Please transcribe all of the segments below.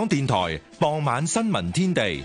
電台傍晚新聞天地。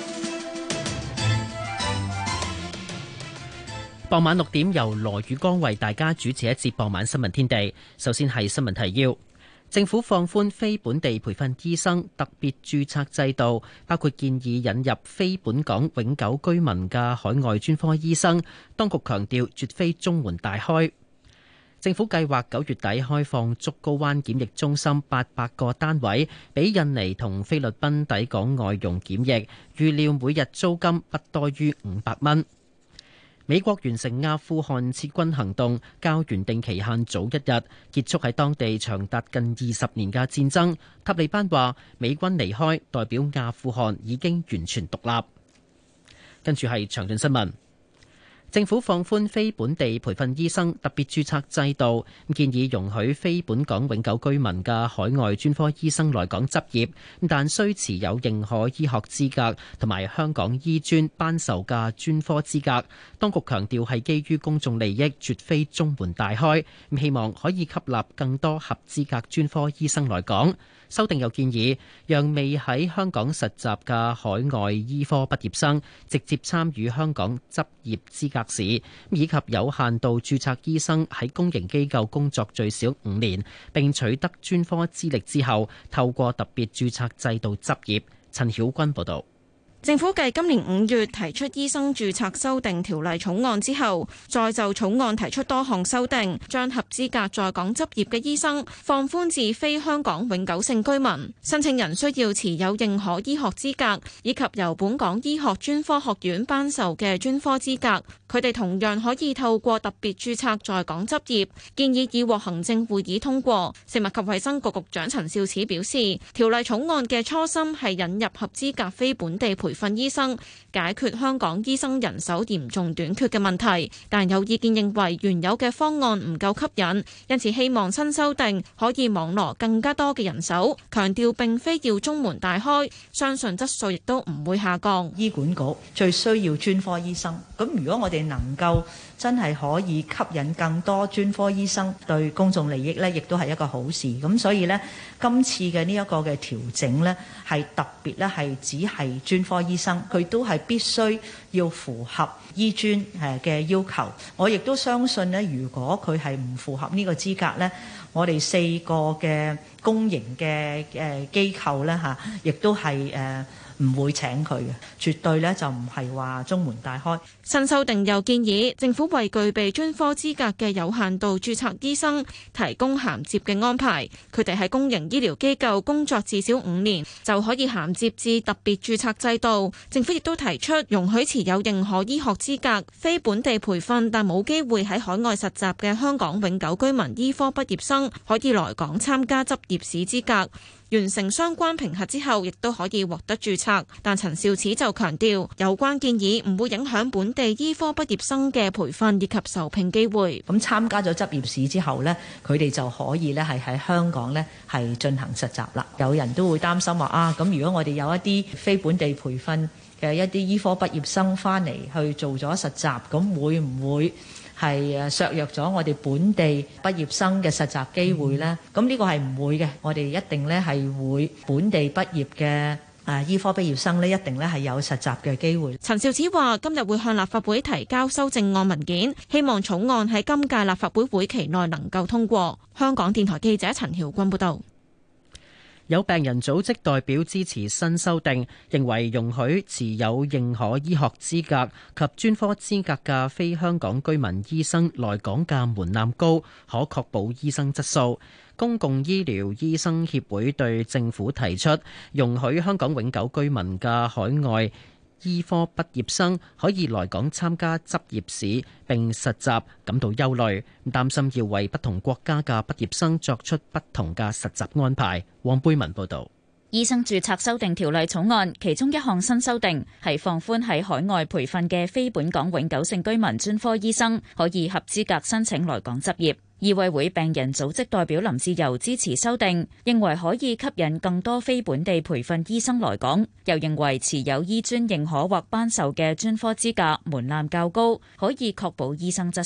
傍晚6點由羅宇光為大家主持一節傍晚新聞天地。首先係新聞提要：政府放寬非本地培訓醫生特別註冊制度，包括建議引入非本港永久居民嘅海外專科醫生。當局強調絕非中門大開。政府計劃9月底開放竹篙灣檢疫中心800個單位，俾印尼同菲律賓抵港外傭檢疫，預料每日租金不多於500蚊。美國完成阿富汗撤軍行動，較原定期限早1日，結束喺當地長達近20年嘅戰爭。塔利班話美軍離開代表阿富汗已經完全獨立。跟住係詳盡新聞。政府放寬非本地培訓醫生特別註冊制度，建議容許非本港永久居民嘅海外專科醫生來港執業，但需持有認可醫學資格同埋香港醫專頒授嘅專科資格。當局強調係基於公眾利益，絕非中門大開，希望可以吸納更多合資格專科醫生來港。修訂又建議讓未喺香港實習嘅海外醫科畢業生直接參與香港執業資格試，以及有限度註冊醫生喺公營機構工作最少5年，並取得專科資歷之後，透過特別註冊制度執業。陳曉君報導。 政府繼今年5月提出醫生註冊修訂條例草案之後，再就草案提出多項修訂，將合資格在港執業嘅醫生放寬至非香港永久性居民。申請人需要持有認可醫學資格，以及由本港醫學專科學院頒授嘅專科資格。佢哋同樣可以透過特別註冊在港執業。建議已獲行政會議通過。食物及衛生局局長陳肇始表示，條例草案嘅初心係引入合資格非本地培訓醫生，解決香港醫生人手嚴重短缺嘅問題，但有意見認為原有嘅方案唔夠吸引，因此希望新修訂可以網羅更加多嘅人手，強調並非要中門大開，相信質素亦都唔會下降。 醫管局最需要專科醫生，咁如果我哋能夠真係可以吸引更多專科醫生，對公眾利益呢亦都係一個好事。咁所以呢，今次嘅呢一個嘅調整呢，係特別呢係只係專科醫生，佢都係必須要符合醫專嘅要求。我亦都相信呢，如果佢係唔符合呢個資格呢，我哋4個嘅公營嘅機構呢，嚇，亦都係唔會請佢嘅，絕對呢就唔係話中門大開。 新修訂又建議政府為具備專科資格嘅有限度註冊醫生提供銜接嘅安排，佢哋喺公營醫療機構工作至少5年就可以銜接至特別註冊制度。政府亦都提出容許持有認可醫學資格、非本地培訓但冇機會喺海外實習嘅香港永久居民醫科畢業生可以來港參加執業試資格。完成相關評核之後，亦都可以獲得註冊。但陳肇始就強調，有關建議唔會影響本地醫科畢業生嘅培訓以及受聘機會。 咁參加咗執業試之後呢，佢哋就可以呢係喺香港呢係進行實習啦。有人都會擔心話啊，咁如果我哋有一啲非本地培訓嘅一啲醫科畢業生翻嚟去做咗實習，咁會唔會係削弱咗我哋本地畢業生嘅實習機會呢？咁呢個係唔會嘅，我哋一定呢係會本地畢業嘅醫科畢業生呢，一定呢係有實習嘅機會。 陳肇始話：今日會向立法會提交修正案文件，希望草案喺今屆立法會會期內能夠通過。香港電台記者陳曉君報導。 有病人組織代表支持新修訂，認為容許持有認可醫學資格及專科資格嘅非香港居民醫生來港嘅門檻高，可確保醫生質素。公共醫療醫生協會對政府提出容許香港永久居民嘅海外醫科畢業生可以來港參加執業試並實習感到憂慮，擔心要為不同國家嘅畢業生作出不同嘅實習安排。黃貝文報導。 醫生註冊修訂條例草案其中一項新修訂係放寬喺海外培訓嘅非本港永久性居民專科醫生可以合資格申請來港執業。醫委會病人組織代表林志柔支持修訂，認為可以吸引更多非本地培訓醫生來港，又認為持有醫專認可或頒授嘅專科資格門檻較高，可以確保醫生質素。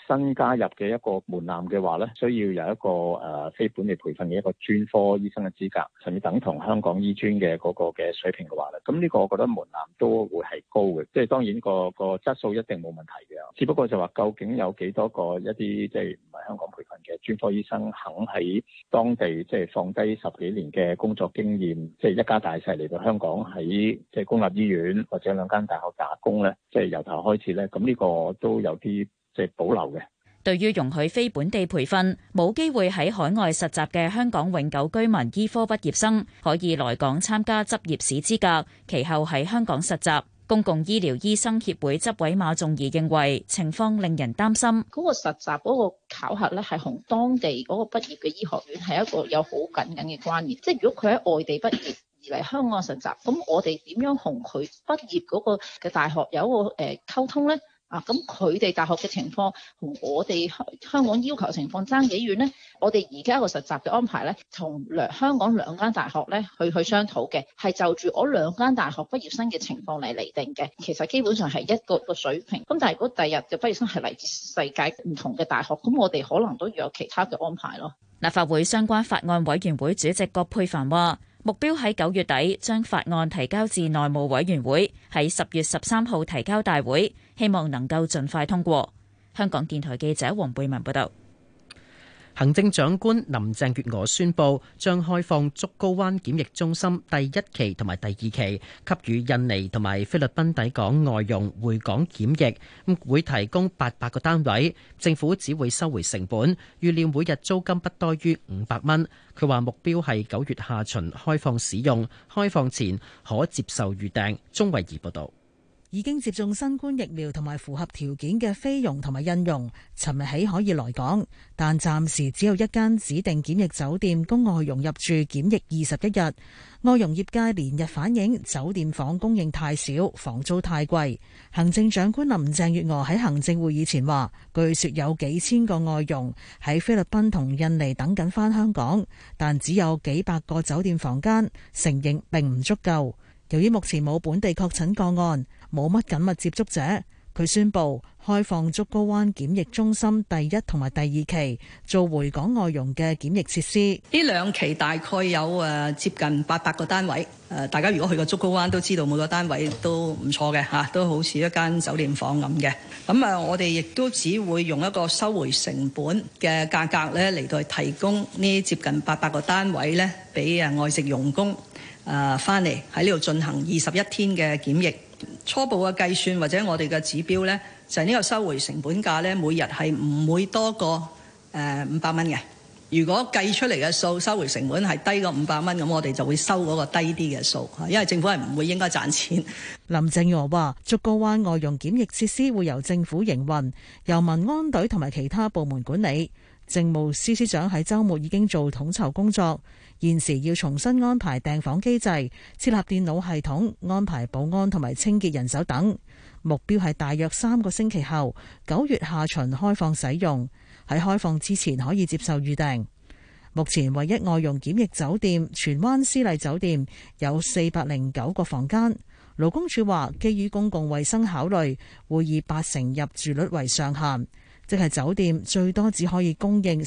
新加入嘅一個門檻嘅話咧，需要有一個非本地培訓嘅一個專科醫生嘅資格，甚至等同香港醫專嘅嗰個嘅水平嘅話咧，咁呢個我覺得門檻都會係高嘅，即係當然個質素一定冇問題嘅，只不過就話究竟有幾多個一啲即係唔係香港培訓嘅專科醫生肯喺當地即係放低10幾年嘅工作經驗，即係一家大細嚟到香港喺即係公立醫院或者2間大學打工咧，即係由頭開始咧，咁呢個都有啲即係保留嘅。 對於容許非本地培訓冇機會喺海外實習嘅香港永久居民醫科畢業生，可以來港參加執業試資格，其後喺香港實習。公共醫療醫生協會執委馬仲儀認為情況令人擔心。 嗰個實習嗰個考核咧，係同當地嗰個畢業嘅醫學院係一個有好緊嘅關聯。即係如果佢喺外地畢業而嚟香港實習，咁我哋點樣同佢畢業嗰個嘅大學有一個溝通咧？咁佢哋大學嘅情況同我哋香港要求情況爭幾遠呢？我哋而家個實習嘅安排咧，同香港2間大學咧去商討嘅，係就住我2間大學畢業生嘅情況嚟釐定嘅。其實基本上係一個水平。咁但係如果第日嘅畢業生係嚟自世界唔同嘅大學，咁我哋可能都要有其他嘅安排咯。 立法會相關法案委員會主席葛珮帆話，目標喺9月底將法案提交至內務委員會，喺10月13號提交大會，希望能夠盡快通過。香港電台記者黃貝文報道。行政長官林鄭月娥宣布，將開放竹篙灣檢疫中心第1期同埋第2期，給予印尼同埋菲律賓抵港外傭回港檢疫，會提供800個單位，政府只會收回成本，預料每日租金不多於500蚊。佢話目標係9月下旬開放使用，開放前可接受預訂。鍾慧儀報道。 已經接種新冠疫苗同埋符合條件嘅菲傭同埋印傭，尋日起可以來港，但暫時只有一間指定檢疫酒店供外傭入住檢疫21日。外傭業界連日反映酒店房供應太少，房租太貴。行政長官林鄭月娥喺行政會議前話，據說有幾千個外傭喺菲律賓同印尼等緊返香港，但只有幾百個酒店房間，承認並唔足夠。由於目前冇本地確診個案，冇乜緊密接觸者，佢宣布開放竹篙灣檢疫中心第1同埋第2期做回港外傭嘅檢疫設施。 呢2期大概有接近800個單位。大家如果去過竹篙灣都知道每個單位都唔錯嘅嚇，都好似一間酒店房咁嘅。咁我哋亦都只會用一個收回成本嘅價格咧嚟到提供呢接近800個單位咧，俾外籍傭工翻嚟喺呢度進行21天嘅檢疫。初步嘅計算或者我哋嘅指標呢，就係呢個收回成本價呢，每日係唔會多過500蚊嘅。如果計出嚟嘅數收回成本係低過500蚊，咁我哋就會收嗰個低啲嘅數，因為政府係唔會應該賺錢。 林鄭月娥話：竹篙灣外傭檢疫設施會由政府營運，由民安隊同埋其他部門管理。政務司司長喺週末已經做統籌工作。現時要重新安排訂房機制，設立電腦系統，安排保安同埋清潔人手等。目標係大約3個星期後，9月下旬開放使用。喺開放之前可以接受預訂。目前唯一外傭檢疫酒店荃灣絲麗酒店有409個房間。勞工處話，基於公共衛生考慮，會以80%入住率為上限。即係酒店最多只可以供應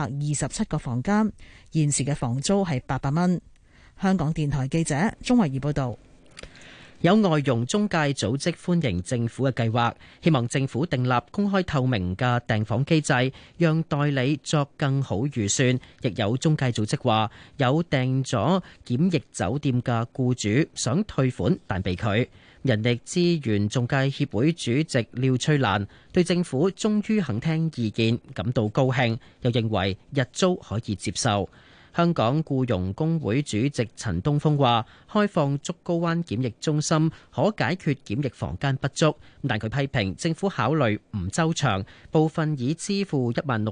327個房間，現時嘅房租係800蚊。香港電台記者鍾慧儀報道。 有外傭中介組織歡迎政府嘅計劃，希望政府訂立公開透明嘅訂房機制，讓代理作更好預算。亦有中介組織話，有訂咗檢疫酒店嘅僱主想退款，但被拒。人力資源中介協會主席廖翠蘭對政府終於肯聽意見感到高興，又認為日租可以接受。香港僱傭工會主席陳東峰話，開放竹篙灣檢疫中心可解決檢疫房間不足，但佢批評政府考慮唔周詳，部分已支付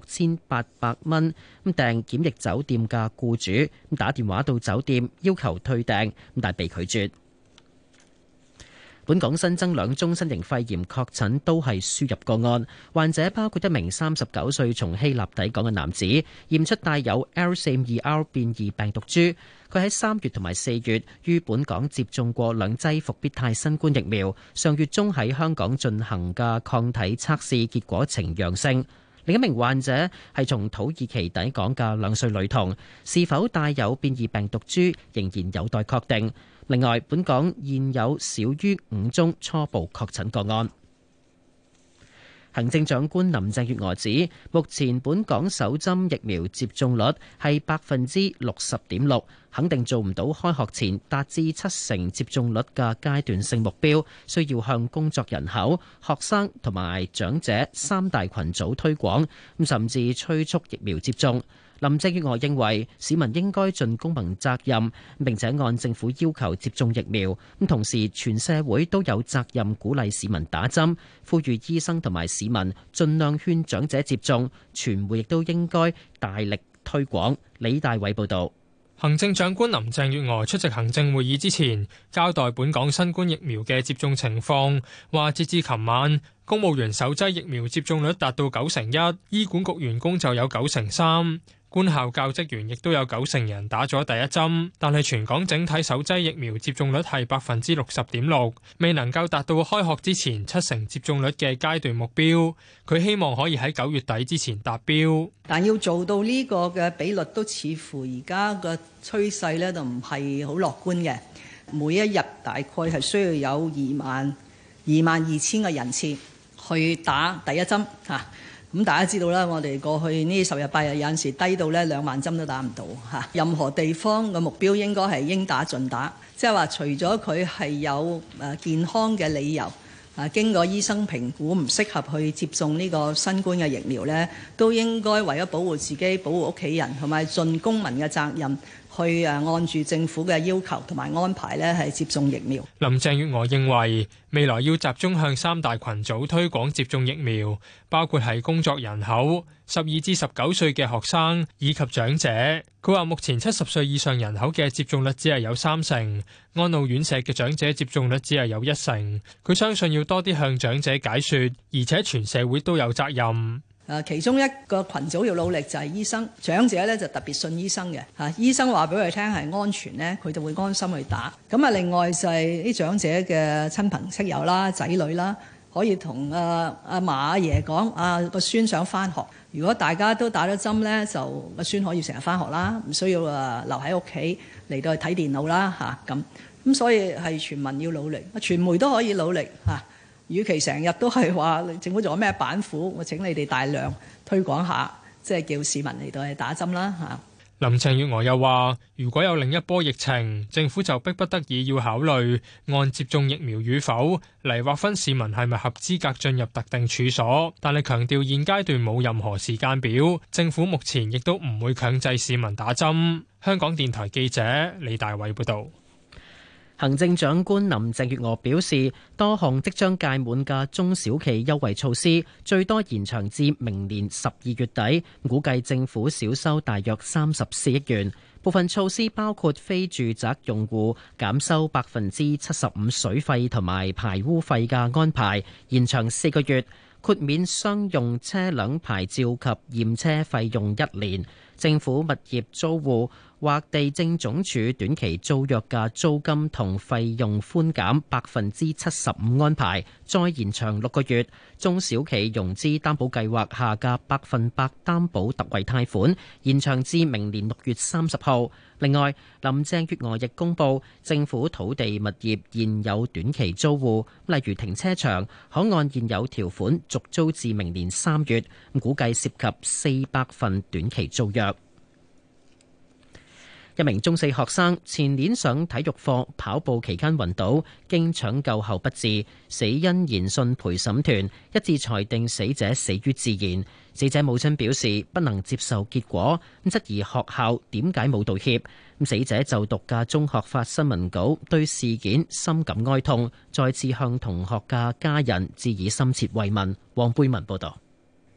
16,800蚊訂檢疫酒店嘅僱主打電話到酒店要求退訂，但被拒絕。 本港新增2宗新型肺炎確診，都係輸入個案，患者包括一名39歲從希臘抵港嘅男子，驗出帶有 L452R 變異病毒株。佢喺3月同埋4月於本港接種過2劑復必泰新冠疫苗，上月中喺香港進行嘅抗體測試結果呈陽性。另一名患者係從土耳其抵港嘅2歲女童，是否帶有變異病毒株仍然有待確定。另外，本港現有少於5宗初步確診個案。行政長官林鄭月娥指，目前本港首針疫苗接種率係60.6%，肯定做唔到開學前達至70%接種率嘅階段性目標，需要向工作人口、學生同埋長者3大群組推廣，甚至催促疫苗接種。林鄭月娥認為市民應該盡公民責任，並且按政府要求接種疫苗。同時，全社會都有責任鼓勵市民打針，呼籲醫生同埋市民盡量勸長者接種。傳媒亦都應該大力推廣。李大偉報導。 行政長官林鄭月娥出席行政會議之前，交代本港新冠疫苗嘅接種情況，話截至琴晚，公務員首劑疫苗接種率達到91%，醫管局員工就有93%。官校教職員亦都有90%人打咗第一針，但係全港整體首劑疫苗接種率係60.6%，未能夠達到開學之前70%接種率嘅階段目標。佢希望可以喺9月底之前達標， 但要做到呢個嘅比率都似乎而家嘅趨勢咧，就唔係好樂觀嘅。每一日大概係需要有22,000個人次去打第一針嚇。咁大家知道啦，我哋過去呢10日8日有陣時低到2萬針都打唔到嚇。任何地方嘅目標應該係應打盡打，即係話除咗佢係有健康嘅理由，經過醫生評估唔適合去接種呢個新冠嘅疫苗呢，都應該為咗保護自己、保護屋企人同埋盡公民嘅責任，去按住政府嘅要求同埋安排呢係接種疫苗。 林鄭月娥認為未來要集中向3大群組推廣接種疫苗，包括係工作人口、12至19歲嘅學生以及長者。佢話目前70歲以上人口嘅接種率只係有30%，安老院舍嘅長者接種率只係有1%。佢相信要多啲向長者解說，而且全社會都有責任。 其中一個群組要努力就係醫生，長者咧就特別信醫生嘅嚇，醫生話俾佢聽係安全咧，佢就會安心去打。咁啊，另外就係啲長者嘅親朋戚友啦、仔女啦，可以同阿嫲阿爺講，個孫想返學。如果大家都打咗針咧，就個孫可以成日返學啦，唔需要留喺屋企嚟到去睇電腦啦嚇咁。所以係全民要努力，傳媒都可以努力嚇。與其成日都係話政府做咗咩板斧，我請你哋大量推廣下，即係叫市民嚟到去打針啦嚇。 林鄭月娥又話：如果有另一波疫情，政府就迫不得已要考慮按接種疫苗與否嚟劃分市民係咪合資格進入特定處所，但係強調現階段冇任何時間表，政府目前亦都唔會強制市民打針。香港電台記者李大偉報導。 行政長官林鄭月娥表示，多項即將屆滿嘅中小企優惠措施，最多延長至明年12月底，估計政府少收大約34億元。部分措施包括非住宅用戶減收75%水費同埋排污費嘅安排，延長4個月；豁免商用車輛牌照及驗車費用1年；政府物業租戶或地政總署短期租約嘅租金同費用寬減75%安排，再延長6個月；中小企融資擔保計劃下嘅100%擔保特惠貸款延長至明年6月30號。另外，林鄭月娥亦公布政府土地物業現有短期租戶，例如停車場，可按現有條款續租至明年3月，估計涉及400份短期租約。一名中四學生前年上體育課跑步期間暈倒，經搶救後不治，死因研訊陪審團一致裁定死者死於自然。死者母親表示不能接受結果，質疑學校點解冇道歉。死者就讀嘅中學發新聞稿，對事件深感哀痛，再次向同學嘅家人致以深切慰問。黃貝文報道。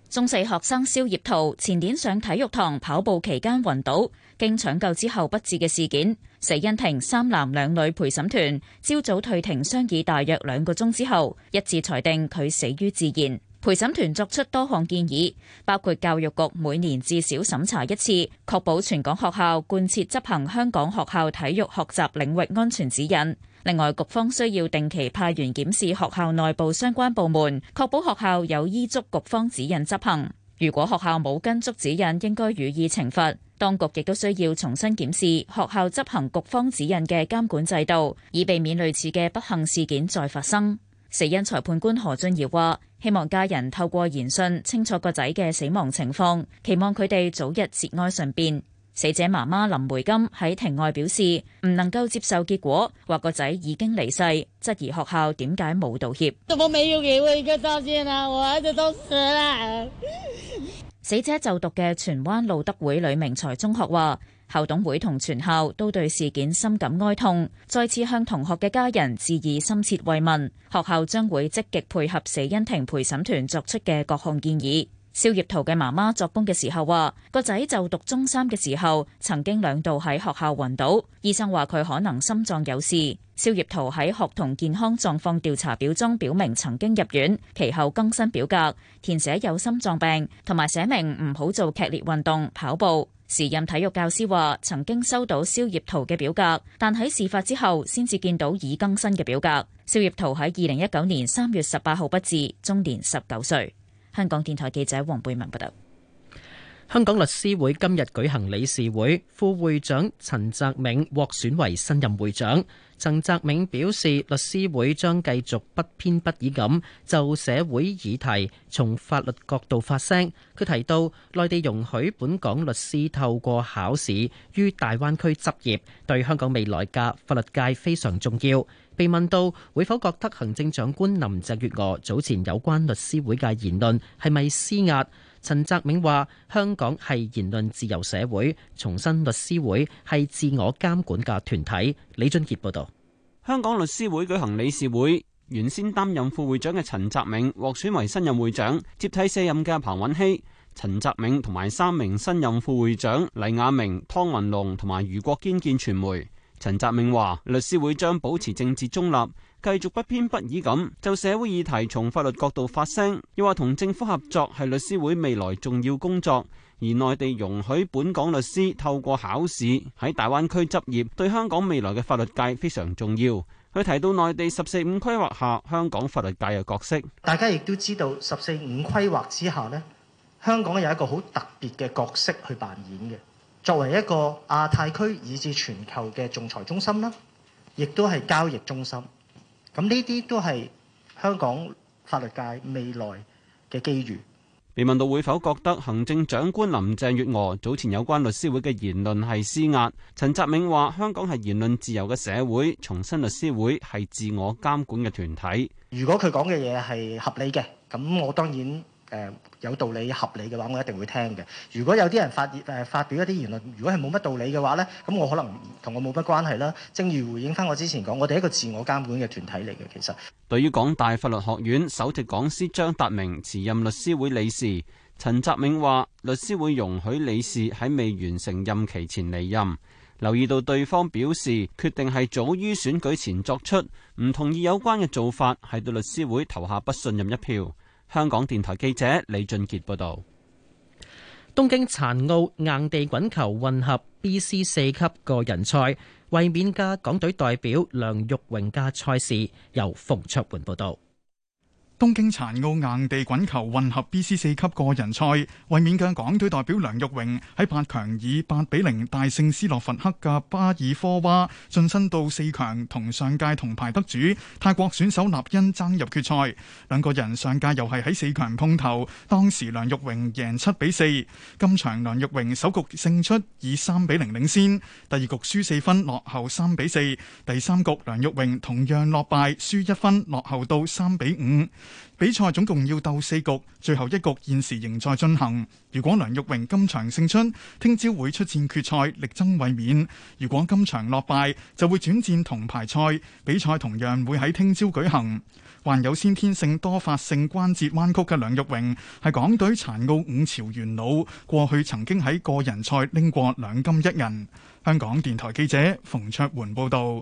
中四學生蕭業圖前年上體育堂跑步期間暈倒，經搶救之後不治嘅事件，死因庭3男2女陪審團朝早退庭商議大約2個鐘之後，一致裁定佢死於自然。陪審團作出多項建議，包括教育局每年至少審查一次，確保全港學校貫徹執行香港學校體育學習領域安全指引。另外，局方需要定期派員檢視學校內部相關部門，確保學校有依足局方指引執行。如果學校冇跟足指引，應該予以懲罰。當局亦都需要重新檢視學校執行局方指引嘅監管制度，以避免類似嘅不幸事件再發生。死因裁判官何俊堯話，希望家人透過研訊清楚個仔嘅死亡情況，期望佢哋早日節哀順變。死者媽媽林梅金喺庭外表示唔能夠接受結果，話個仔已經離世，質疑學校點解冇道歉。 怎麼沒有給我一個道歉啊？我兒子都死了。 死者就讀嘅荃灣路德會呂明才中學話，校董會同全校都對事件深感哀痛，再次向同學嘅家人致以深切慰問。學校將會積極配合死因庭陪審團作出嘅各項建議。蕭業圖嘅媽媽作供嘅時候話，個仔就讀中3嘅時候，曾經2度喺學校暈倒，醫生話佢可能心臟有事。蕭業圖喺學童健康狀況調查表中表明曾經入院，其後更新表格，填寫有心臟病，同埋寫明唔好做劇烈運動、跑步。時任體育教師話，曾經收到蕭業圖嘅表格，但喺事發之後先至見到已更新嘅表格。蕭業圖喺2019年3月18號不治，終年19歲。香港電台記者黃貝文報道。 香港律師會今日舉行理事會，副會長陳澤銘獲選為新任會長。陳澤銘表示，律師會將繼續不偏不倚咁就社會議題從法律角度發聲。佢提到，內地容許本港律師透過考試於大灣區執業，對香港未來嘅法律界非常重要。被問到會否覺得行政長官林鄭月娥早前有關律師會嘅言論係咪施壓？陳澤銘話：香港係言論自由社會，重申律師會係自我監管嘅團體。李俊傑報導。 香港律師會舉行理事會，原先擔任副會長嘅陳澤銘獲選為新任會長，接替卸任嘅彭韻僖。陳澤銘同埋3名新任副會長黎雅明、湯文龍同埋余國堅見傳媒。陳澤銘話：律師會將保持政治中立，繼續不偏不倚咁就社會議題從法律角度發聲。又話同政府合作係律師會未來重要工作，而內地容許本港律師透過考試喺大灣區執業，對香港未來嘅法律界非常重要。佢提到內地十四五規劃下香港法律界嘅角色， 大家亦都知道十四五規劃之下呢，香港有一個好特別嘅角色去扮演嘅。作為一個亞太區以至全球嘅仲裁中心啦，亦都係交易中心。咁呢啲都係香港法律界未來嘅機遇。 被問到會否覺得行政長官林鄭月娥早前有關律師會嘅言論係施壓，陳澤銘話：香港係言論自由嘅社會，重申律師會係自我監管嘅團體。 如果佢講嘅嘢係合理嘅，咁我當然有道理合理嘅話，我一定會聽嘅。如果有啲人發表一啲言論，如果係冇乜道理嘅話呢，咁我可能同我冇乜關係啦。正如回應翻我之前講，我哋係一個自我監管嘅團體嚟嘅。其實對於港大法律學院首席講師張達明辭任律師會理事，陳澤銘話：律師會容許理事喺未完成任期前離任。留意到對方表示決定係早於選舉前作出，唔同意有關嘅做法，係對律師會投下不信任一票。香港電台記者李俊傑報道。 東京殘奧硬地滾球混合 BC 4級個人賽，衛冕嘅港隊代表梁玉榮嘅賽事由馮卓桓報道。 東京殘奧硬地滾球混合 BC 4級個人賽，衛冕嘅港隊代表梁玉榮喺8強以8-0大勝斯洛伐克嘅巴爾科娃，晉身到4強，同上屆銅牌得主泰國選手納恩爭入決賽。兩個人上屆又係喺4強碰頭，當時梁玉榮贏7-4。今場梁玉榮首局勝出，以3-0領先，第二局輸4分，落後3-4。第三局梁玉榮同樣落敗，輸1分，落後到3-5。 比賽總共要鬥4局，最後1局現時仍在進行。如果梁玉榮今場勝出，聽朝會出戰決賽，力爭衛冕；如果今場落敗，就會轉戰銅牌賽，比賽同樣會喺聽朝舉行。患有先天性多發性關節彎曲嘅梁玉榮係港隊殘奧5朝元老，過去曾經喺個人賽拎過2金1銀。香港電台記者馮卓媛報導。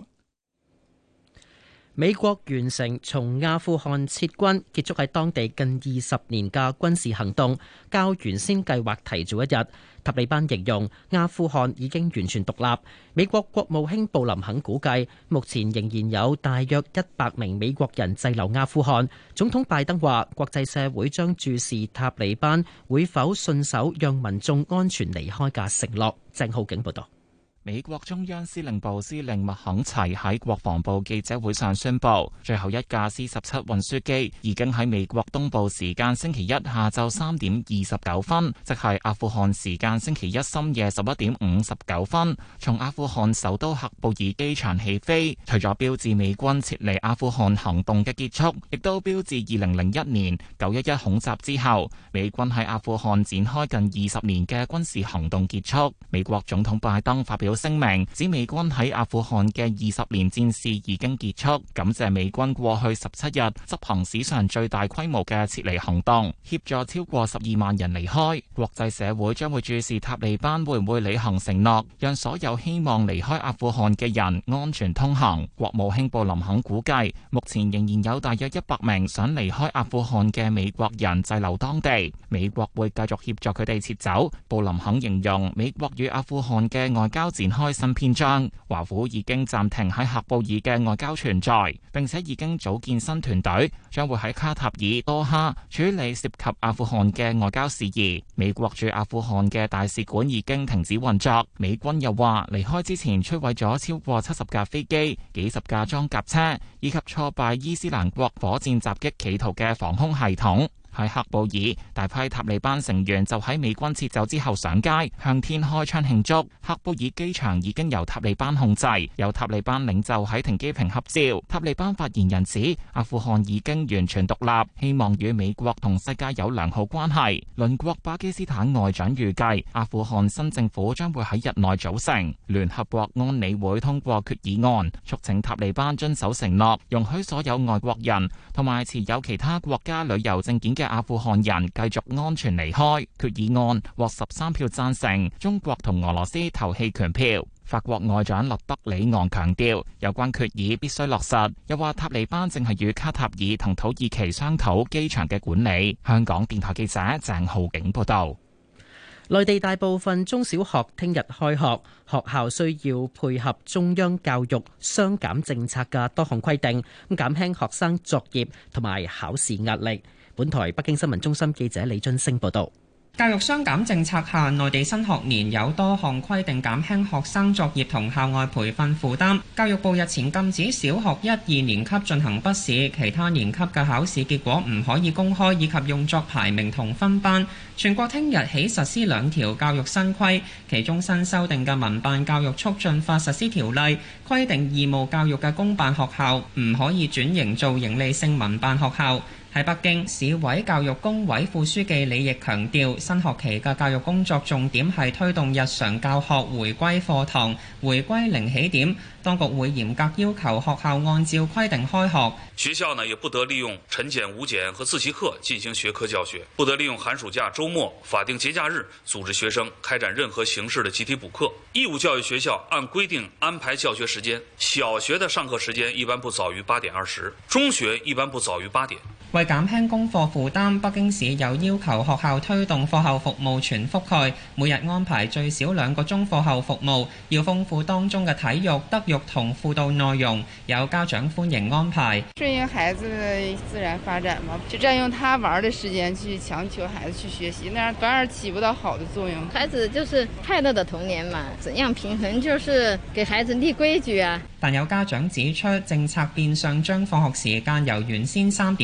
美國完成從阿富汗撤軍，結束喺當地近20年嘅軍事行動，較原先計劃提早1日。塔利班形容阿富汗已經完全獨立。美國國務卿布林肯估計，目前仍然有大約100名美國人滯留阿富汗。總統拜登話，國際社會將注視塔利班會否信守讓民眾安全離開嘅承諾。鄭浩景報道。 美國中央司令部司令麥肯齊喺國防部記者會上宣布，最後一架 C-17 運輸機已經喺美國東部時間星期一下晝3點29分，即係阿富汗時間星期一深夜11點59分，從阿富汗首都喀布爾機場起飛。除咗標誌美軍撤離阿富汗行動嘅結束，亦都標誌2001年911恐襲之後，美軍喺阿富汗展開近20年嘅軍事行動結束。美國總統拜登發表聲明指美軍喺阿富汗嘅20年戰事已經結束，感謝美軍過去17日執行史上最大規模嘅撤離行動，協助超過12萬人離開。國際社會將會注視塔利班會唔會履行承諾，讓所有希望離開阿富汗嘅人安全通行。國務卿布林肯估計，目前仍然有大約100名想離開阿富汗嘅美國人滯留當地，美國會繼續協助佢哋撤走。布林肯形容美國與阿富汗嘅外交展開新篇章，華府已經暫停喺喀布爾嘅外交存在，並且已經組建新團隊，將會喺卡塔爾多哈處理涉及阿富汗嘅外交事宜。美國駐阿富汗嘅大使館已經停止運作。美軍又話離開之前摧毀咗超過70架飛機、幾十架裝甲車，以及挫敗伊斯蘭國火箭襲擊企圖嘅防空系統。喺喀布爾，大批塔利班成員就喺美軍撤走之後上街，向天開槍慶祝。喀布爾機場已經由塔利班控制，有塔利班領袖喺停機坪合照。塔利班發言人指，阿富汗已經完全獨立，希望與美國同世界有良好關係。鄰國巴基斯坦外長預計，阿富汗新政府將會喺日內組成。聯合國安理會通過決議案，促請塔利班遵守承諾，容許所有外國人同埋持有其他國家旅遊證件嘅阿富汗人繼續安全離開。決議案獲13票贊成，中國同俄羅斯投棄權票。法國外長勒德里昂強調，有關決議必須落實，又話塔利班正係與卡塔爾同土耳其商討機場嘅管理。香港電台記者鄭浩景報道。 內地大部分中小學聽日開學，學校需要配合中央教育雙減政策嘅多項規定，減輕學生作業同埋考試壓力。本台北京新聞中心記者李津升報道。 教育雙減政策下，內地新學年有多項規定減輕學生作業同校外培訓負擔。教育部日前禁止小學1、2年級進行筆試，其他年級嘅考試結果唔可以公開，以及用作排名同分班。全國聽日起實施2條教育新規，其中新修訂嘅民辦教育促進法實施條例規定，義務教育嘅公辦學校唔可以轉型做營利性民辦學校。喺北京，市委教育工委副書記李毅強調，新學期嘅教育工作重點係推動日常教學回歸課堂，回歸零起點。當局會嚴格要求學校按照規定開學。 學校呢也不得利用晨檢、午檢和自習課進行學科教學，不得利用寒暑假、週末、法定節假日組織學生開展任何形式的集體補課。義務教育學校按規定安排教學時間，小學的上課時間一般不早於8點20，中學一般不早於8點。 為減輕功課負擔，北京市有要求學校推動課後服務全覆蓋，每日安排最少2個鐘課後服務，要豐富當中嘅體育、德育同輔導內容。有家長歡迎安排， 順應孩子的自然發展嘛，就佔用他玩的時間去強求孩子去學習，那樣反而起不到好的作用。 孩子就是快樂的童年嘛，怎樣平衡就是給孩子立規矩啊。 但有家長指出，政策變相將放學時間由原先3點半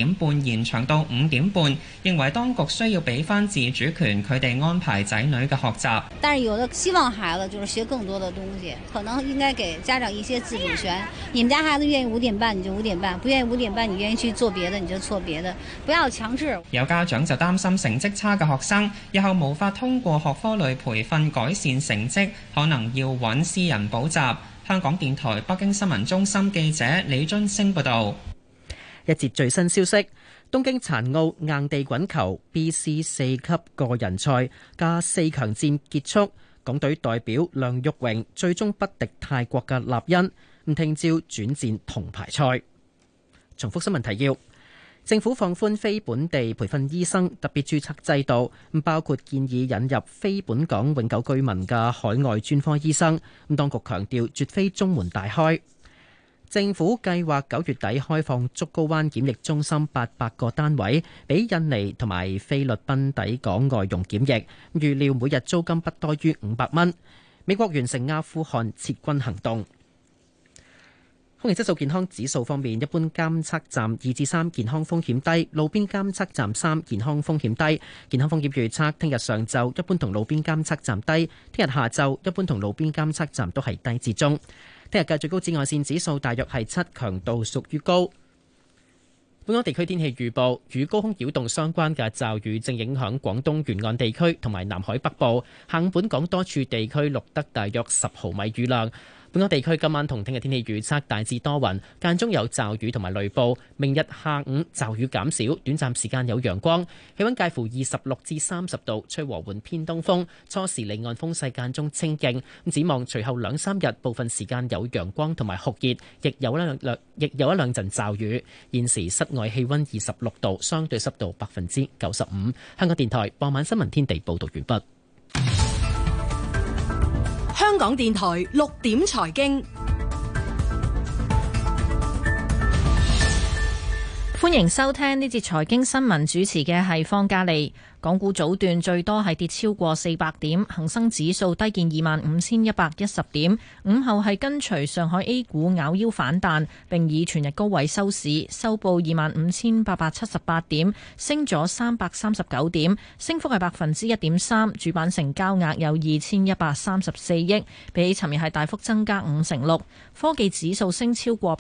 延長到5點半，認為當局需要俾翻自主權，佢哋安排仔女嘅學習。 但是有的希望孩子就是學更多的東西，可能應該給家長一些自主權。你們家孩子願意5點半你就5點半，不願意5點半你願意去做別的你就做別的，不要強制。 有家長就擔心成績差嘅學生日後無法通過學科類培訓改善成績，可能要揾私人補習。香港電台北京新聞中心記者李津星報道。 一節最新消息，東京殘奧硬地滾球 BC 4級個人賽加4強戰結束，港隊代表梁玉榮最終不敵泰國嘅立恩，聽朝轉戰銅牌賽。重複新聞提要。政府放寬非本地培訓醫生特別註冊制度，包括建議引入非本港永久居民嘅海外專科醫生。當局強調絕非中門大開。政府計劃9月底開放竹篙灣檢疫中心800個單位，俾印尼同埋菲律賓抵港外傭檢疫，預料每日租金不多於500蚊。美國完成阿富汗撤軍行動。空氣質素健康指數方面，一般監測站2至3健康風險低，路邊監測站3健康風險低。健康風險預測，聽日上晝一般同路邊監測站低，聽日下晝一般同路邊監測站都係低至中。聽日嘅最高紫外線指數大約係7，強度屬於高。本港地區天氣預報，與高空擾動相關嘅驟雨正影響廣東沿岸地區同埋南海北部，下午本港多處地區錄得大約10毫米雨量。本港地區今晚同聽日天氣預測大致多雲，間中有驟雨同埋雷暴。明日下午驟雨減少，短暫時間有陽光，氣溫介乎26至30度，吹和緩偏東風。初時離岸風勢間中清勁。展望隨後2-3日，部分時間有陽光同埋酷熱，亦有一兩陣驟雨。現時室外氣溫26度，相對濕度95%。香港電台傍晚新聞天地報道完畢。 香港電台6點財經， 歡迎收聽呢節財經新聞，主持嘅係方嘉利。港股早段最多係跌超過400點，恒生指數低見25,110點，午後係跟隨上海 A 股咬腰反彈，並以全日高位收市，收報25,878點，升咗339點，升幅係1.3%。主板成交額有2,134億，比起尋日係大幅增加56%。科技指數升超過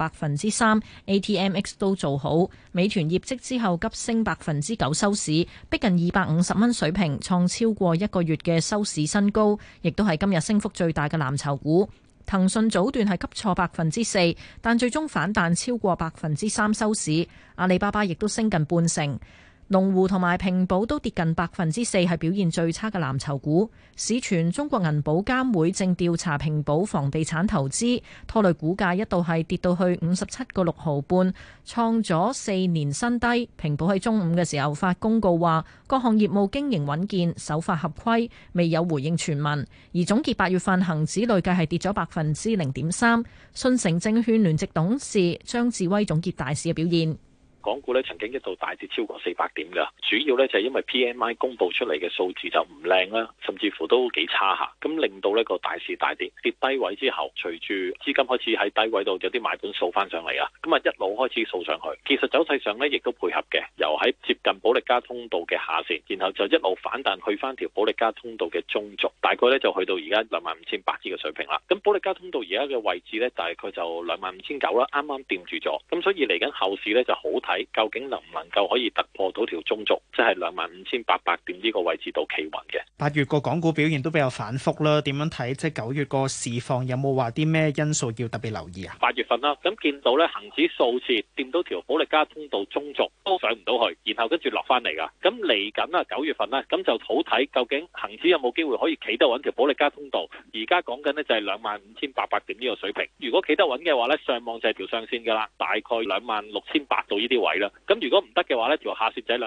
3%，ATMX 都做好。美團業績之後急升9%收市，逼近250蚊水平，創超過1個月嘅收市新高，亦都係今日升幅最大嘅藍籌股。騰訊早段係急挫4%，但最終反彈超過3%收市。阿里巴巴亦都升近半成。龍湖同埋平保都跌近4%，係表現最差嘅藍籌股。市傳中國銀保監會正調查平保房地產投資，拖累股價一度係跌到去57個6毫半，創咗4年新低。平保喺中午嘅時候發公告話，各項業務經營穩健，守法合規，未有回應傳聞。而總結8月份恒指累計係跌咗0.3%。信誠證券聯席董事張志威總結大市嘅表現。 港股咧曾經一度大跌超過400點㗎，主要咧就係因為 PMI 公佈出嚟嘅數字就唔靚啦，甚至乎都幾差下，咁令到呢個大市大跌，跌低位之後，隨住資金開始喺低位度有啲買盤掃翻上嚟啊，咁啊一路開始掃上去，技術走勢上咧亦都配合嘅，由喺接近保力加通道嘅下線，然後就一路反彈去翻條保力加通道嘅中軸，大概咧就去到而家25,800嘅水平啦。咁保力加通道而家嘅位置咧大概就25,900啦，啱啱掂住咗，咁所以嚟緊後市咧就好睇。究竟能唔能夠可以突破到條中軸，即係25,800點呢個位置度企穩嘅？8月個港股表現都比較反覆啦，點樣睇？即係9月個市況有冇話啲咩因素要特別留意啊？8月份啦，咁見到咧恒指數次掂到條保力加通道中軸都上唔到去，然後跟住落翻嚟噶。咁嚟緊啊9月份咧，咁就好睇究竟恒指有冇機會可以企得穩條保力加通道。而家講緊呢就係25,800點呢個水平，如果企得穩嘅話咧，上望就係條上線噶啦，大概26,800到呢啲位啦。咁如果唔得嘅話咧，條下線就係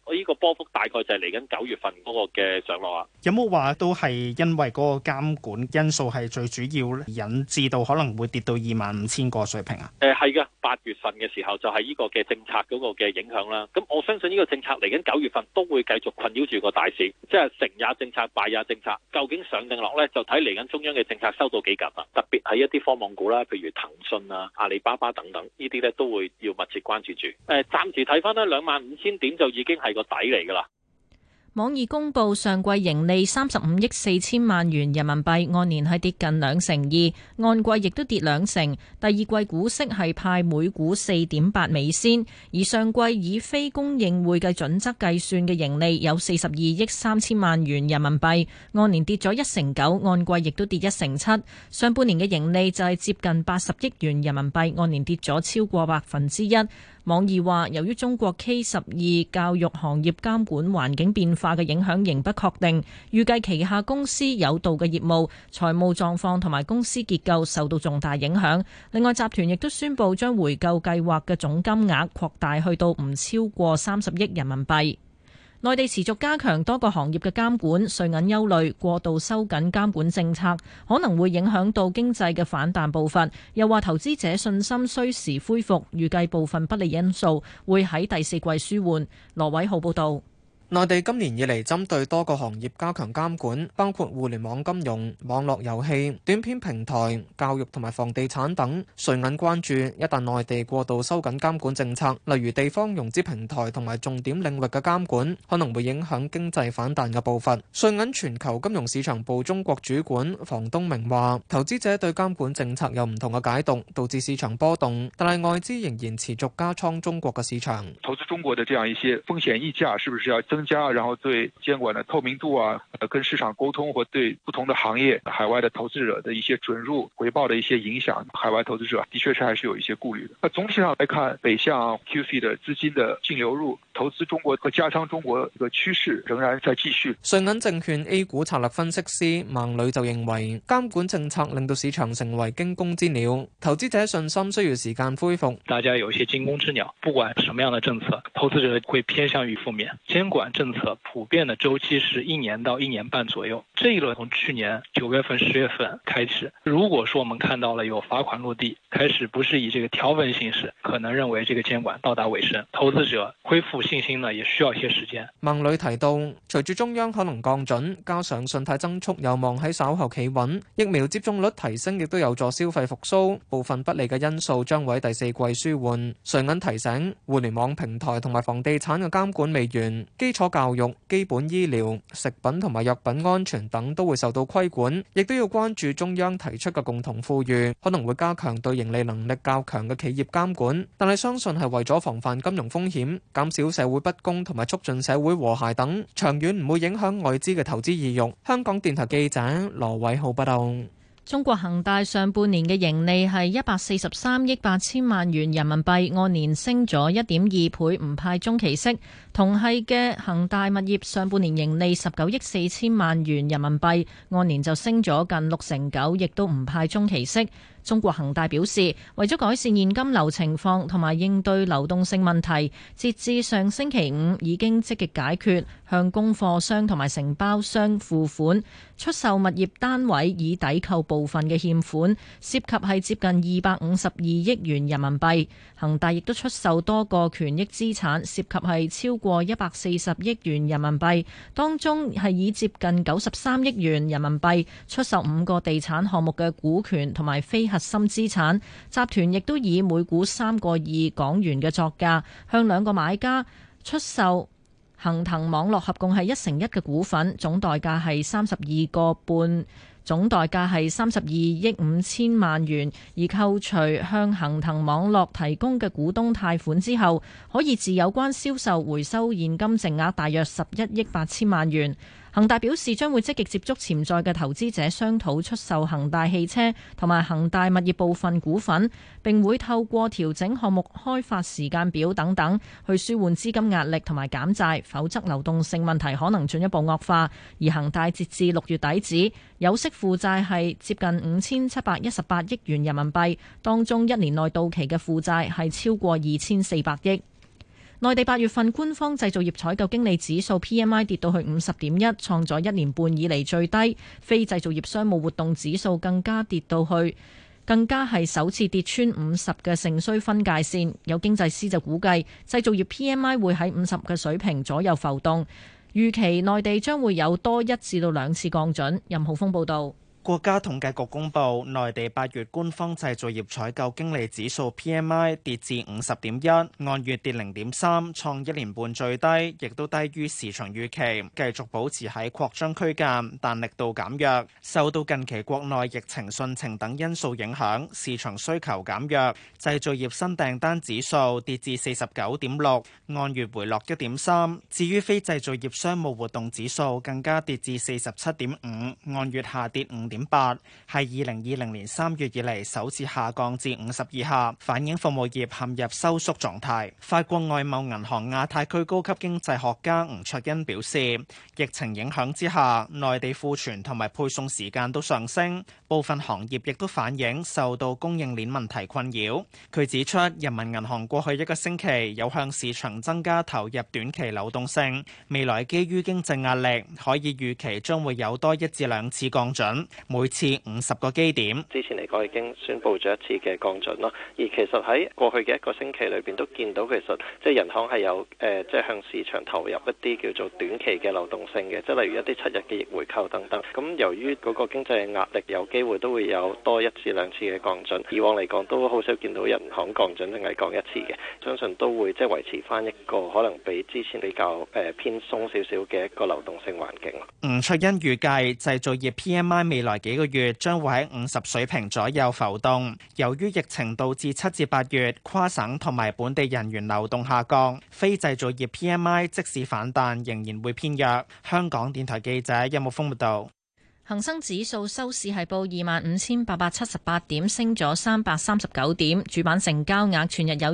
呢個波幅大概就係嚟緊9月份嗰個嘅上落啊。 有冇話都係因為嗰個監管因素係最主要引致到可能會跌到25,000個水平啊？ 係㗎，8月份嘅時候就係呢個嘅政策嗰個嘅影響啦。咁我相信呢個政策嚟緊9月份都會繼續困擾住個大市，即係成也政策，敗也政策，究竟上定落呢？就睇嚟緊中央嘅政策收到幾緊啊。特別係一啲科網股啦，譬如騰訊啊、阿里巴巴等等，呢啲呢都會要密切關注住。暫時睇翻呢25,000點就已經係個底嚟㗎啦。 網易公布上季盈利35億4千萬元人民幣，按年係跌近2%，按季亦都跌2%。第二季股息係派每股4.8美仙，而上季以非公認會計準則計算嘅盈利有42億3千萬元人民幣，按年跌咗1%9，按季亦都跌1%7。上半年嘅盈利就係接近80億元人民幣，按年跌咗超過1%。網易話，由於中國 K12 教育行業監管環境變化嘅影響仍不確定，預計旗下公司有道嘅業務、財務狀況同埋公司結構受到重大影響。另外，集團亦都宣布將回購計劃嘅總金額擴大去到唔超過30億人民幣。內地持續加強多個行業嘅監管，瑞銀憂慮過度收緊監管政策可能會影響到經濟嘅反彈步伐，又話投資者信心需時恢復，預計部分不利因素會喺第四季舒緩。羅偉浩報導。 內地今年以嚟針對多個行業加強監管，包括互聯網金融、網絡遊戲、短片平台、教育同埋房地產等。瑞銀關注一旦內地過度收緊監管政策，例如地方融資平台同埋重點領域嘅監管，可能會影響經濟反彈嘅步伐。瑞銀全球金融市場部中國主管房東明話，投資者對監管政策有唔同嘅解讀，導致市場波動，但係外資仍然持續加倉中國嘅市場。 投資中國的這樣一些風險溢價，是不是要增加，然後對監管的透明度啊，跟市場溝通，或對不同的行業海外的投資者的一些准入回報的一些影響，海外投資者的確是還是有一些顧慮的。那總體上來看，北向 QC 的資金的淨流入，投資中國和加倉中國的趨勢仍然在繼續。 瑞銀證券 A 股策略分析師孟磊就認為，監管政策令到市場成為驚弓之鳥，投資者信心需要時間恢復。 大家有一些驚弓之鳥，不管什麼樣的政策，投資者會偏向於負面。監管政策普遍的周期是1年到1年半左右。這一輪從去年9月份、10月份開始，如果說我們看到了有罰款落地，開始不是以這個條文形式，可能認為這個監管到達尾聲，投資者恢復信心呢，也需要一些時間。 孟磊提到，隨住中央可能降準，加上信貸增速有望喺稍後企穩，疫苗接種率提升亦都有助消費復甦，部分不利嘅因素將會喺第四季舒緩。瑞銀提醒，互聯網平台同埋房地產嘅監管未完，基礎教育、基本醫療、食品同埋藥品安全等都會受到規管，亦都要關注中央提出嘅共同富裕，可能會加強對盈利能力較強嘅企業監管，但係相信係為咗防範金融風險、減少社會不公同埋促進社會和諧等，長遠唔會影響外資嘅投資意欲。香港電台記者羅偉浩報道。 中國恒大上半年嘅盈利係143億8千萬元人民幣，按年升咗1.2倍，唔派中期息。同係嘅恒大物業上半年盈利19億4千萬元人民幣，按年就升咗近69%，亦都唔派中期息。中國恒大表示，為咗改善現金流情況同埋應對流動性問題，截至上星期五已經積極解決向供貨商同埋承包商付款、出售物業單位以抵扣部分嘅欠款，涉及係接近252億元人民幣。恒大亦都出售多個權益資產，涉及係超過140億元人民幣，當中係以接近93億元人民幣出售5個地產項目嘅股權同埋非核心資產。集團亦都以每股3個2港元嘅作價向2個買家出售恒騰網絡合共係1/1嘅股份，總代價係32個半。總代價係32億5千萬元，而扣除向恒騰網絡提供嘅股東貸款之後，可以自有關銷售回收現金淨額大約11億8千萬元。恒大表示將會積極接觸潛在嘅投資者，商討出售恒大汽車同埋恒大物業部分股份，並會透過調整項目開發時間表等等，去舒緩資金壓力同埋減債，否則流動性問題可能進一步惡化。而恒大截至6月底止，有息負債係接近5718億元人民幣，當中1年內到期嘅負債係超過2400億。 內地8月份官方製造業採購經理指數 PMI 跌到去50.1，創咗1年半以嚟最低。非製造業商務活動指數更加係首次跌穿50嘅盛衰分界線。有經濟師就估計，製造業 PMI 會喺50嘅水平左右浮動，預期內地將會有多1至到2次降準。任浩峰報導。 國家統計局公布，內地8月官方製造業採購經理指數 PMI 跌至50.1，按月跌0.3，創1年半最低，亦都低於市場預期，繼續保持喺擴張區間，但力度減弱。受到近期國內疫情汛情等因素影響，市場需求減弱，製造業新訂單指數跌至49.6，按月回落1.3。至於非製造業商務活動指數更加跌至47.5，按月下跌5.8，係2020年3月以嚟首次下降至50以下，反映服務業陷入收縮狀態。法國外貿銀行亞太區高級經濟學家吳卓恩表示，疫情影響之下，內地庫存同埋配送時間都上升，部分行業亦都反映受到供應鏈問題困擾。佢指出，人民銀行過去1個星期有向市場增加投入短期流動性，未來基於經濟壓力，可以預期將會有多1至2次降準。每次50個基點。 之前嚟講已經宣布咗一次嘅降準咯，而其實喺過去嘅1個星期裏邊都見到其實即係人行係有即係向市場投入一啲叫做短期嘅流動性嘅，即係例如一啲7日嘅逆回購等等。咁由於嗰個經濟嘅壓力，有機會都會有多1至2次嘅降準。以往嚟講都好少見到人行降準淨係降1次嘅，相信都會即係維持翻一個可能比之前比較偏鬆少少嘅一個流動性環境。 吳卓恩預計製造業 PMI 未來幾個月將會喺50水平左右浮動。由於疫情導致7至8月跨省同埋本地人員流動下降，非製造業 PMI 即使反彈仍然會偏弱。香港電台記者任木峰報道。 恒生指數收市係報25,878點，升咗339點。主板成交額全日有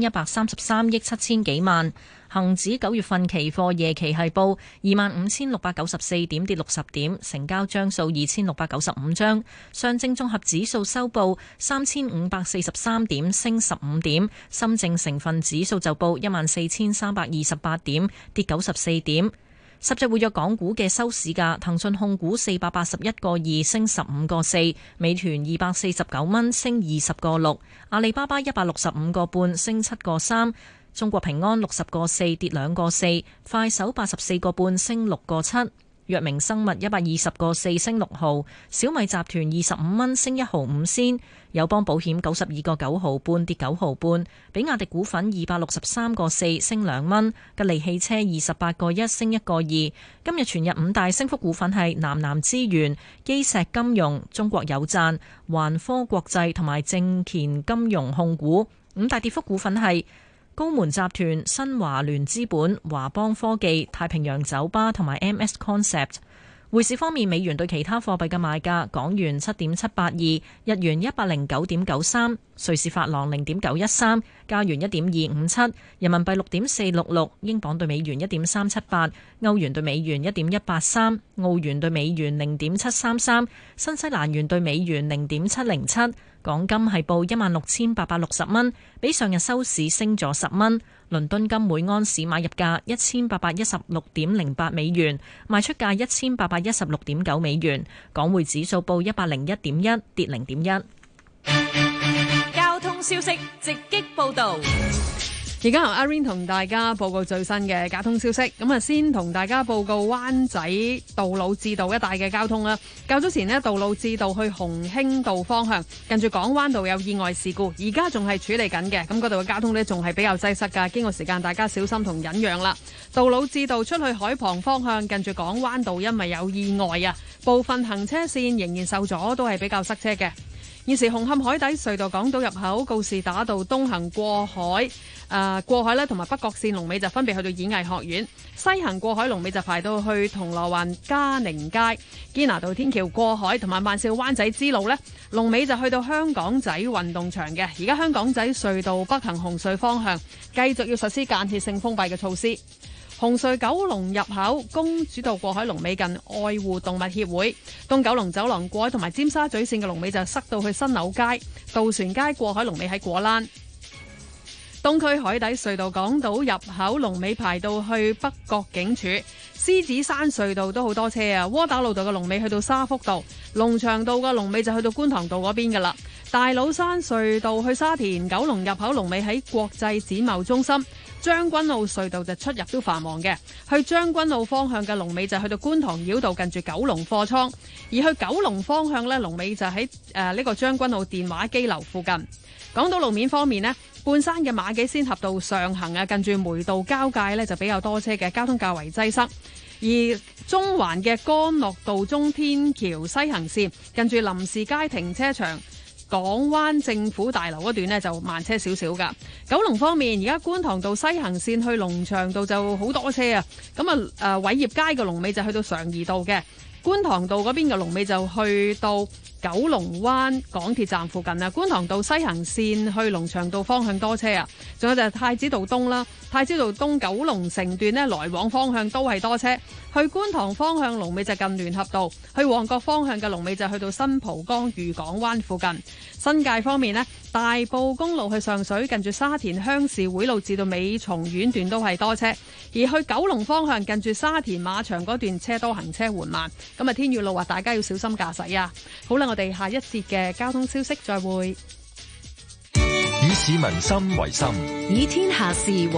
2133億7千幾萬。恒指9月份期貨夜期係報25,694點，跌60點，成交張數2695張。上證綜合指數收報3,543點，升15點。深證成分指數就報14,328點，跌94點。十隻活躍港股嘅收市價，騰訊控股481個2升15個4，美團249蚊升20個6，阿里巴巴165個半升7個3，中國平安60個4跌2個4，快手84個半升6個7，藥明生物120個4升6毫，小米集團25蚊升1毫5仙，友邦保險92個9毫半跌9毫半，比亞迪股份263個4升2蚊，吉利汽車28個1升1個2。今日全日5大升幅股份係南南資源、基石金融、中國有贊、環科國際同埋正乾金融控股。5大跌幅股份係高門集團、新華聯資本、華邦科技、太平洋酒吧同埋 MS Concept。匯市方面，美元對其他貨幣嘅賣價：港元7.782，日元109.93，瑞士法郎0.913，加元1.257，人民幣6.466，英鎊對美元1.378，歐元對美元1.183，澳元對美元0.733，新西蘭元對美元0.707。港金係報16,860蚊，比上日收市升咗10蚊。倫敦金每安士買入價1816.08美元，賣出價1816.9美元。港匯指數報101.1，跌0.1。 交通消息直擊報道。而家由阿 Rain 同大家報告最新嘅交通消息。咁啊，先同大家報告灣仔杜老誌道一帶嘅交通啦。較早前呢，杜老誌道去鴻興道方向，近住港灣道有意外事故，而家仲係處理緊嘅。咁嗰度嘅交通呢，仲係比較擠塞㗎。經過時間，大家小心同忍讓啦。杜老誌道出去海旁方向，近住港灣道因為有意外啊，部分行車線仍然受阻，都係比較塞車嘅。現時紅磡海底隧道港島入口告士打道東行過海咧，同埋北角線龍尾就分別去到演藝學院；西行過海龍尾就排到去銅鑼灣嘉寧街、堅拿道天橋過海，同埋萬兆灣仔支路呢，龍尾就去到香港仔運動場嘅。而家香港仔隧道北行紅隧方向繼續要實施間歇性封閉嘅措施。紅隧九龍入口公主道過海龍尾近愛護動物協會，東九龍走廊過海同埋尖沙咀線嘅龍尾就塞到去新柳街，渡船街過海龍尾喺果欄。 東區海底隧道港島入口龍尾排到去北角警署，獅子山隧道都好多車啊！窩打老道嘅龍尾去到沙福道，龍翔道嘅龍尾就去到觀塘道嗰邊噶啦。大老山隧道去沙田九龍入口龍尾喺國際展貿中心，將軍澳隧道就出入都繁忙嘅，去將軍澳方向嘅龍尾就去到觀塘繞道近住九龍貨倉，而去九龍方向呢，龍尾就喺呢個將軍澳電話機樓附近。講到路面方面呢，半山嘅馬己仙峽道上行啊，近住梅道交界呢就比較多車嘅，交通較為擠塞。而中環嘅干諾道中天橋西行線近住林士街停車場港灣政府大樓嗰段呢就慢車少少噶。九龍方面，而家觀塘道西行線去龍翔道就好多車啊。咁啊，偉業街嘅龍尾就去到常怡道嘅，觀塘道嗰邊嘅龍尾就去到九龍灣港鐵站附近啊。觀塘道西行線去龍翔道方向多車啊。仲有就係太子道東啦，太子道東九龍城段呢來往方向都係多車。去觀塘方向龍尾就近聯合道，去旺角方向嘅龍尾就去到新蒲崗漁港灣附近。新界方面呢，大埔公路去上水近住沙田鄉事會路至到美松苑段都係多車，而去九龍方向近住沙田馬場嗰段車多，行車緩慢。咁啊，天雨路滑，大家要小心駕駛啊！好啦，我哋下一節嘅交通消息再會。 以市民心為心， 以天下事為